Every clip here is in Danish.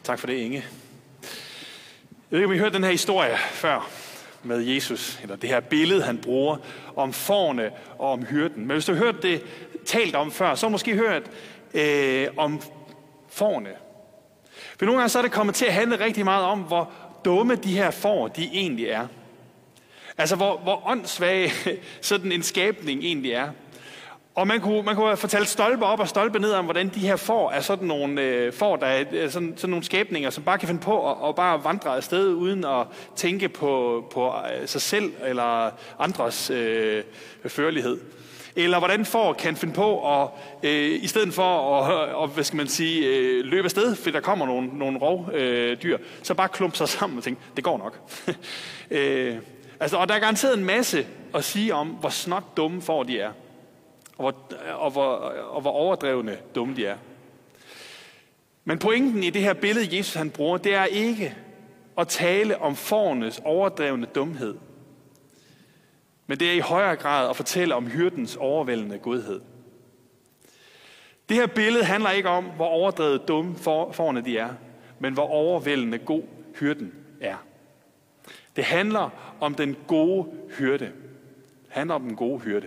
Tak for det, Inge. Jeg ved ikke, om I har hørt den her historie før med Jesus, eller det her billede, han bruger om fårene og om hyrden. Men hvis du har hørt det talt om før, så har du måske hørt om fårene. For nogle gange så er det kommet til at handle rigtig meget om, hvor dumme de her får, de egentlig er. Altså, hvor åndssvage sådan en skabning egentlig er. Og man kunne have fortalt stolpe op og stolpe ned om, hvordan de her får er sådan nogle får, der er sådan nogle skabninger, som bare kan finde på at bare vandre afsted, uden at tænke på sig selv eller andres førlighed. Eller hvordan får kan finde på at i stedet for at hvad skal man sige, løbe afsted, fordi der kommer nogle rovdyr, så bare klumpe sig sammen og tænke, det går nok. Og der er garanteret en masse at sige om, hvor snot dumme får de er. Og hvor overdrevne dumme de er. Men pointen i det her billede, Jesus han bruger, det er ikke at tale om fårenes overdrevne dumhed. Men det er i højere grad at fortælle om hyrdens overvældende godhed. Det her billede handler ikke om, hvor overdrevet dumme fårene de er, men hvor overvældende god hyrden er. Det handler om den gode hyrde. Det handler om den gode hyrde.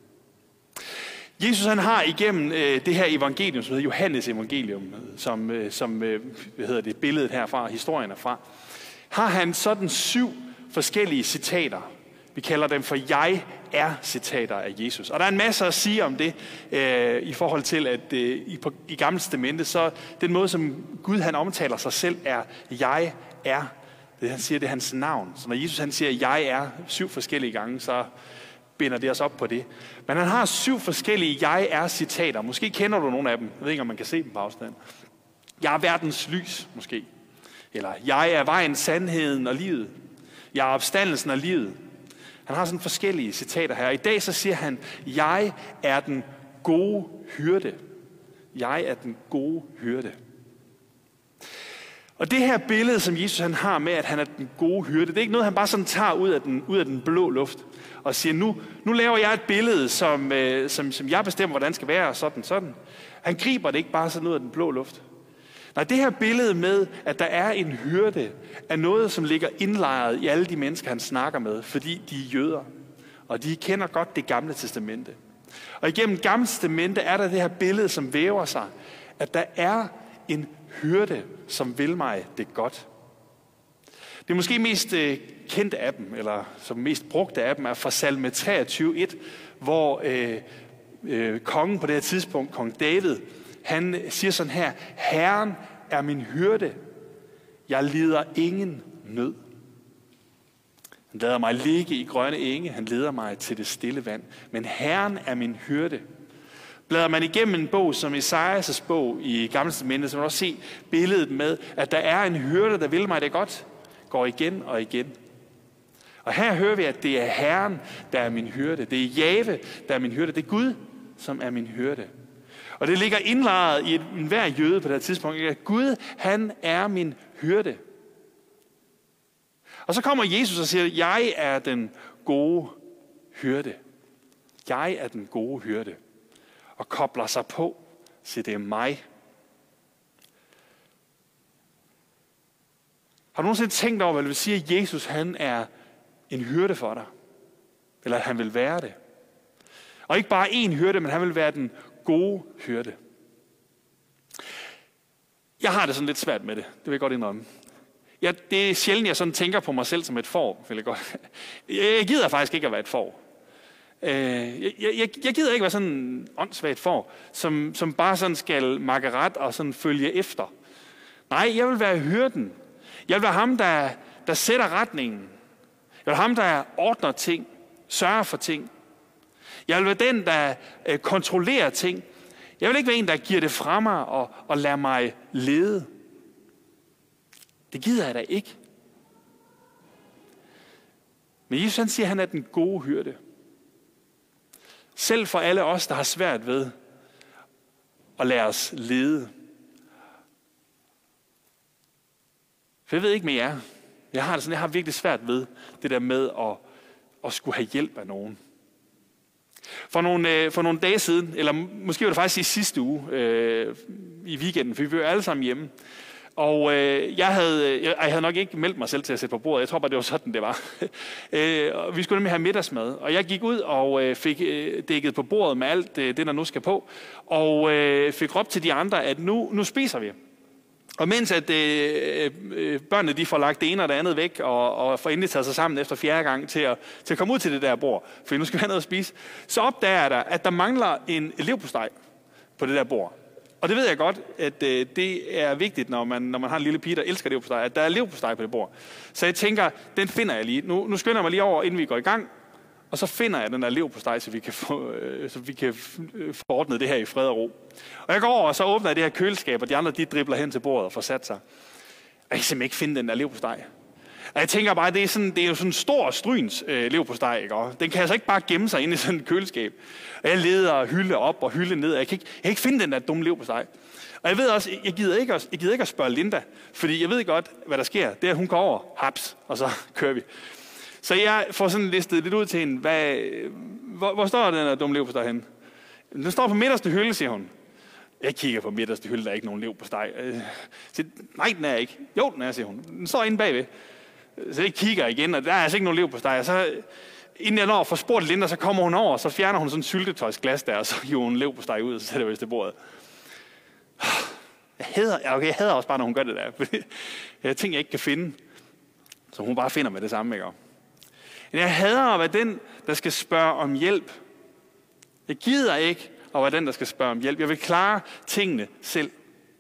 Jesus han har igennem det her evangelium, som hedder Johannes evangelium, som billedet herfra, historien erfra, har han sådan 7 forskellige citater. Vi kalder dem for jeg er citater af Jesus. Og der er en masse at sige om det i forhold til, at i Gamle Testamente, så den måde, som Gud han omtaler sig selv, er jeg er. Det han siger, det er hans navn. Så når Jesus han siger jeg er 7 forskellige gange, så binder det os op på det. Men han har 7 forskellige jeg er citater. Måske kender du nogle af dem. Jeg ved ikke, om man kan se dem på afstand. Jeg er verdens lys, måske. Eller jeg er vejen, sandheden og livet. Jeg er opstandelsen og livet. Han har sådan forskellige citater her. I dag så siger han, jeg er den gode hyrde. Jeg er den gode hyrde. Og det her billede, som Jesus han har med, at han er den gode hyrde, det er ikke noget, han bare sådan tager ud af den blå luft og siger, nu laver jeg et billede, som jeg bestemmer, hvordan det skal være, og sådan. Han griber det ikke bare sådan ud af den blå luft. Nej, det her billede med, at der er en hyrde, er noget, som ligger indlejret i alle de mennesker, han snakker med, fordi de er jøder, og de kender godt det Gamle Testamente. Og igennem Gamle Testamente er der det her billede, som væver sig, at der er en hyrde, som vil mig det godt. Det måske mest kendte af dem, eller som mest brugte af dem, er fra Salme 23:1, hvor kongen på det her tidspunkt, kong David, han siger sådan her, Herren er min hyrde, jeg lider ingen nød. Han lader mig ligge i grønne enge, han leder mig til det stille vand. Men Herren er min hyrde. Bladrer man igennem en bog som Esajas bog i Gamle Testamentet, så kan man også se billedet med, at der er en hyrde, der vil mig det godt, går igen og igen. Og her hører vi, at det er Herren, der er min hyrde. Det er Jave, der er min hyrde. Det er Gud, som er min hyrde. Og det ligger indlejret i enhver jøde på det her tidspunkt, at Gud, han er min hyrde. Og så kommer Jesus og siger, jeg er den gode hyrde. Jeg er den gode hyrde. Og kobler sig på, så det er mig. Har du nogensinde tænkt over, hvad det vil sige, at Jesus han er en hyrde for dig? Eller at han vil være det? Og ikke bare en hyrde, men han vil være den gode hyrde. Jeg har det sådan lidt svært med det. Det vil jeg godt indrømme. Det er sjældent, jeg sådan tænker på mig selv som et får. Jeg gider faktisk ikke at være et får. Jeg gider ikke være sådan en åndssvagt får, som bare sådan skal makke ret og sådan følge efter. Nej, jeg vil være hyrden. Jeg vil være ham, der sætter retningen. Jeg vil være ham, der ordner ting, sørger for ting. Jeg vil være den, der kontrollerer ting. Jeg vil ikke være en, der giver det fra mig og lader mig lede. Det gider jeg da ikke. Men Jesus han siger, at han er den gode hyrde. Selv for alle os, der har svært ved at lade os lede. For jeg ved ikke med jer. Jeg har virkelig svært ved det der med at skulle have hjælp af nogen. For nogle dage siden, eller måske var det faktisk i sidste uge i weekenden, for vi var alle sammen hjemme. Og jeg havde nok ikke meldt mig selv til at sætte på bordet. Jeg tror bare, det var sådan, det var. Vi skulle nemlig have middagsmad, og jeg gik ud og fik dækket på bordet med alt det, der nu skal på, og fik råbt til de andre, at nu spiser vi. Og mens at børnene de får lagt det ene og det andet væk, og får endelig taget sig sammen efter 4. gang til at komme ud til det der bord, for nu skal vi have noget at spise, så opdager jeg, at der mangler en leverpostej på det der bord. Og det ved jeg godt, at det er vigtigt, når man har en lille pige, der elsker leverpostej, at der er leverpostej på det bord. Så jeg tænker, den finder jeg lige. Nu skynder jeg mig lige over, inden vi går i gang, og så finder jeg den der leverpostej, så vi kan få ordnet det her i fred og ro. Og jeg går over, og så åbner jeg det her køleskab, og de andre de dribler hen til bordet og får sat sig. Og jeg kan simpelthen ikke finde den der leverpostej. Og jeg tænker bare, det er jo sådan en stor stryns leverpostej, ikke? Og den kan altså ikke bare gemme sig inde i sådan et køleskab. Og jeg leder hylde op og hylde ned, og jeg kan ikke finde den der dumme leverpostej. Og jeg ved også, jeg gider ikke at spørge Linda, fordi jeg ved godt, hvad der sker. Det er, at hun går over, haps, og så kører vi. Så jeg får sådan listet lidt ud til hende, hvor står den der dumme leverpostej henne? Den står på midterste hylde, siger hun. Jeg kigger på midterste hylde, der er ikke nogen leverpostej. Nej, den er ikke. Jo, den er, siger hun. Den står inde bagved. Så jeg kigger igen, og der er altså ikke nogen leverpostej. Så inden jeg når at få spurgt Linda, så kommer hun over, og så fjerner hun sådan en syltetøjsglas der, og så hiver hun leverpostej ud, og så sætter vi til bordet. Jeg hader også bare, når hun gør det der. Jeg tænker, jeg ikke kan finde, så hun bare finder med det samme, ikke? Men jeg hader at være den, der skal spørge om hjælp. Jeg gider ikke at være den, der skal spørge om hjælp. Jeg vil klare tingene selv.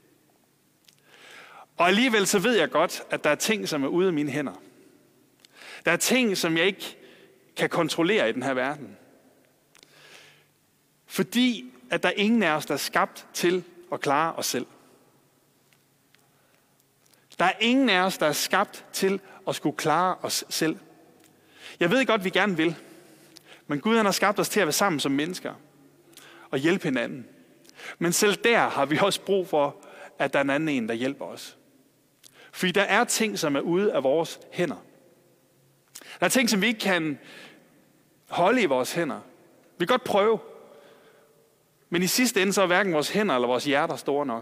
Og alligevel så ved jeg godt, at der er ting, som er ude af mine hænder. Der er ting, som jeg ikke kan kontrollere i den her verden. Fordi at der er ingen af os, der er skabt til at klare os selv. Der er ingen af os, der er skabt til at skulle klare os selv. Jeg ved godt, vi gerne vil. Men Gud han har skabt os til at være sammen som mennesker. Og hjælpe hinanden. Men selv der har vi også brug for, at der er en anden en, der hjælper os. Fordi der er ting, som er ude af vores hænder. Der er ting, som vi ikke kan holde i vores hænder. Vi kan godt prøve. Men i sidste ende, så er hverken vores hænder eller vores hjerter store nok.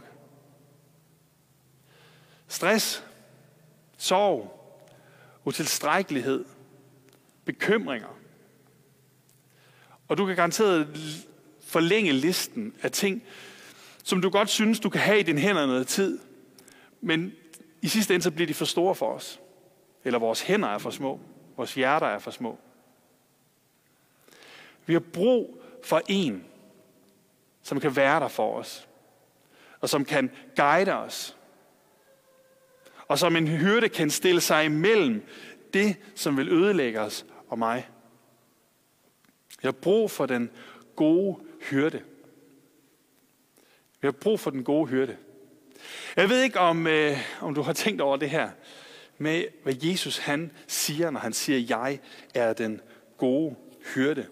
Stress, sorg, utilstrækkelighed, bekymringer. Og du kan garanteret forlænge listen af ting, som du godt synes, du kan have i dine hænder noget tid. Men i sidste ende, så bliver de for store for os. Eller vores hænder er for små. Vores hjerter er for små. Vi har brug for en, som kan være der for os. Og som kan guide os. Og som en hyrde kan stille sig imellem det, som vil ødelægge os og mig. Vi har brug for den gode hyrde. Vi har brug for den gode hyrde. Jeg ved ikke, om du har tænkt over det her, med hvad Jesus han siger, når han siger, jeg er den gode hyrde.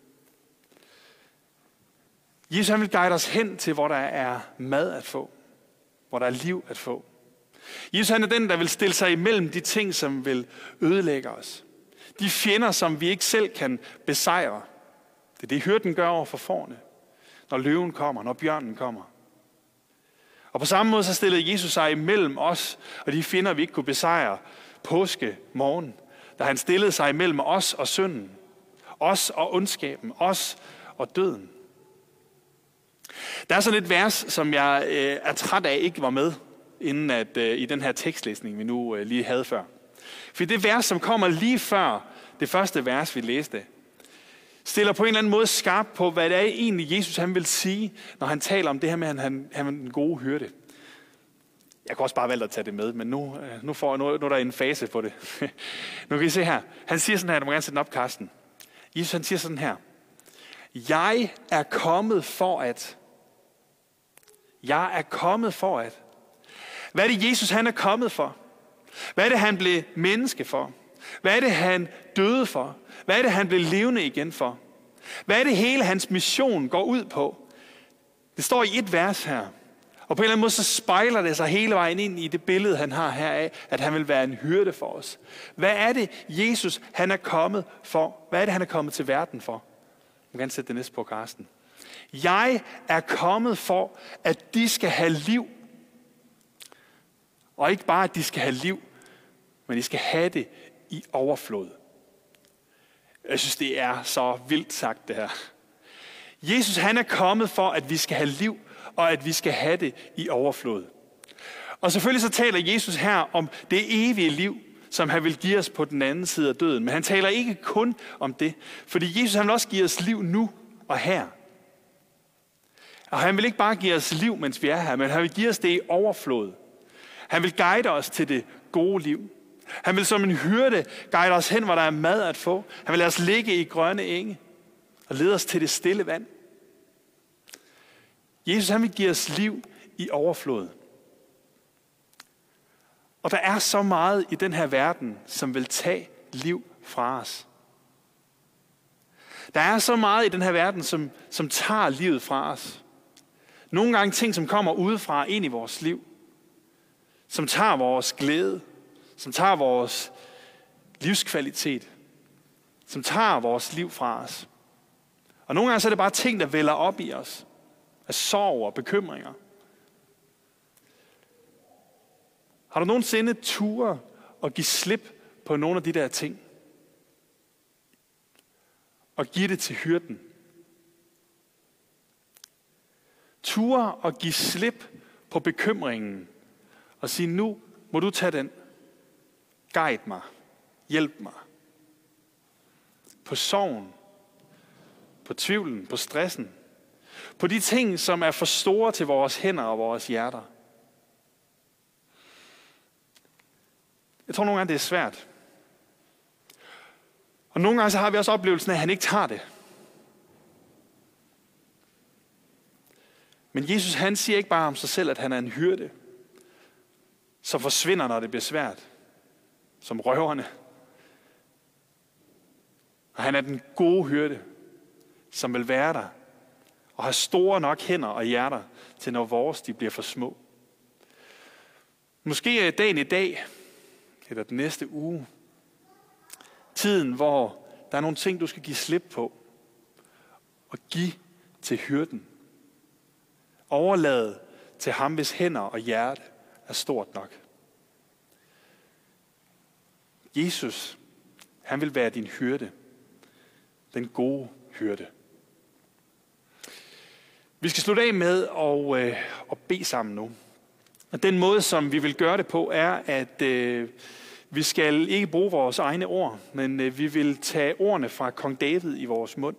Jesus han vil guide os hen til, hvor der er mad at få. Hvor der er liv at få. Jesus han er den, der vil stille sig imellem de ting, som vil ødelægge os. De fjender, som vi ikke selv kan besejre. Det er det, hyrden gør over for fårene. Når løven kommer, når bjørnen kommer. Og på samme måde så stillede Jesus sig imellem os, og de fjender, vi ikke kunne besejre påske morgen. Da han stillede sig imellem os og synden. Os og ondskaben. Os og døden. Der er sådan et vers, som jeg er træt af ikke var med inden i den her tekstlæsning, vi nu lige havde før. For det vers, som kommer lige før det første vers, vi læste, stiller på en eller anden måde skarp på, hvad det er egentlig Jesus han vil sige, når han taler om det her med, at han er den gode hyrde. Jeg kan også bare vælge at tage det med, men nu er der en fase på det. Nu kan I se her. Han siger sådan her, du må gerne sætte den op, Karsten. Jesus han siger sådan her. Jeg er kommet for at. Jeg er kommet for at. Hvad er det, Jesus han er kommet for? Hvad er det, han blev menneske for? Hvad er det, han døde for? Hvad er det, han blev levende igen for? Hvad er det, hele hans mission går ud på? Det står i et vers her. Og på en eller anden måde, så spejler det sig hele vejen ind i det billede, han har her af, at han vil være en hyrde for os. Hvad er det, Jesus han er kommet for? Hvad er det, han er kommet til verden for? Du kan sætte det næste på, Karsten. Jeg er kommet for, at de skal have liv. Og ikke bare, at de skal have liv, men de skal have det i overflod. Jeg synes, det er så vildt sagt, det her. Jesus, han er kommet for, at vi skal have liv, og at vi skal have det i overflod. Og selvfølgelig så taler Jesus her om det evige liv, som han vil give os på den anden side af døden. Men han taler ikke kun om det, fordi Jesus han vil også give os liv nu og her. Og han vil ikke bare give os liv, mens vi er her, men han vil give os det i overflod. Han vil guide os til det gode liv. Han vil som en hyrde guide os hen, hvor der er mad at få. Han vil lade os ligge i grønne enge og lede os til det stille vand. Jesus han vil give os liv i overflod. Og der er så meget i den her verden, som vil tage liv fra os. Der er så meget i den her verden, som tager livet fra os. Nogle gange ting, som kommer udefra ind i vores liv. Som tager vores glæde. Som tager vores livskvalitet. Som tager vores liv fra os. Og nogle gange så er det bare ting, der vælger op i os. Af sorg og bekymringer. Har du nogensinde ture at give slip på nogle af de der ting? Og give det til hyrden? Ture at give slip på bekymringen og sige, nu må du tage den. Guide mig. Hjælp mig. På sorgen. På tvivlen. På stressen. På de ting, som er for store til vores hænder og vores hjerter. Jeg tror nogle gange, det er svært. Og nogle gange så har vi også oplevelsen af, at han ikke tager det. Men Jesus han siger ikke bare om sig selv, at han er en hyrde, som forsvinder, når det bliver svært. Som røverne. Og han er den gode hyrde, som vil være der. Og har store nok hænder og hjerter, til når vores de bliver for små. Måske er dagen i dag, eller den næste uge, tiden, hvor der er nogle ting, du skal give slip på. Og give til hyrden. Overlade til ham, hvis hænder og hjerte er stort nok. Jesus, han vil være din hyrde. Den gode hyrde. Vi skal slutte af med at bede sammen nu. Og den måde, som vi vil gøre det på, er, at vi skal ikke bruge vores egne ord, men vi vil tage ordene fra kong David i vores mund.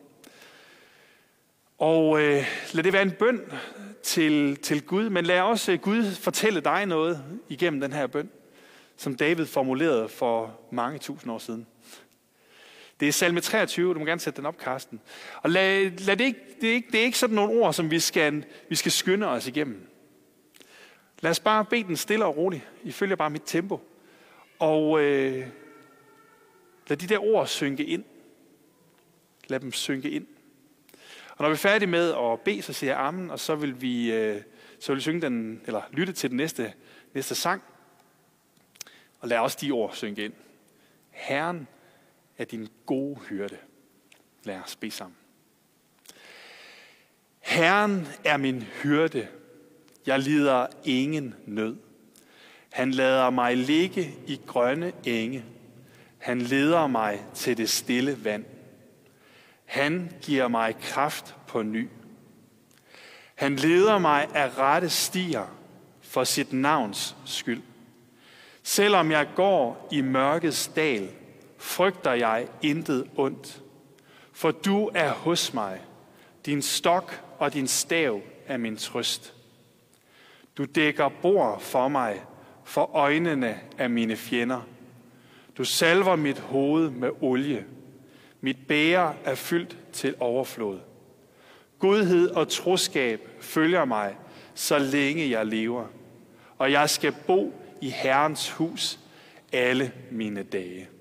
Og lad det være en bøn til Gud, men lad også Gud fortælle dig noget igennem den her bøn, som David formulerede for mange tusind år siden. Det er salme 23, du må gerne sætte den op, Karsten. Og lad det er ikke sådan nogle ord, som vi skal skynde os igennem. Lad os bare bede den stille og roligt. I følger bare mit tempo. Og lad de der ord synke ind. Lad dem synke ind. Og når vi er færdige med at bede, så siger jeg amen, og så vil vi synge den, eller lytte til den næste sang. Og lad også de ord synke ind. Herren er din gode hyrde. Lad os bede sammen. Herren er min hyrde. Jeg lider ingen nød. Han lader mig ligge i grønne enge. Han leder mig til det stille vand. Han giver mig kraft på ny. Han leder mig af rette stier for sit navns skyld. Selvom jeg går i mørkets dal, frygter jeg intet ondt. For du er hos mig. Din stok og din stav er min trøst. Du dækker bord for mig, for øjnene af mine fjender. Du salver mit hoved med olie. Mit bæger er fyldt til overflod. Godhed og troskab følger mig, så længe jeg lever. Og jeg skal bo i Herrens hus alle mine dage.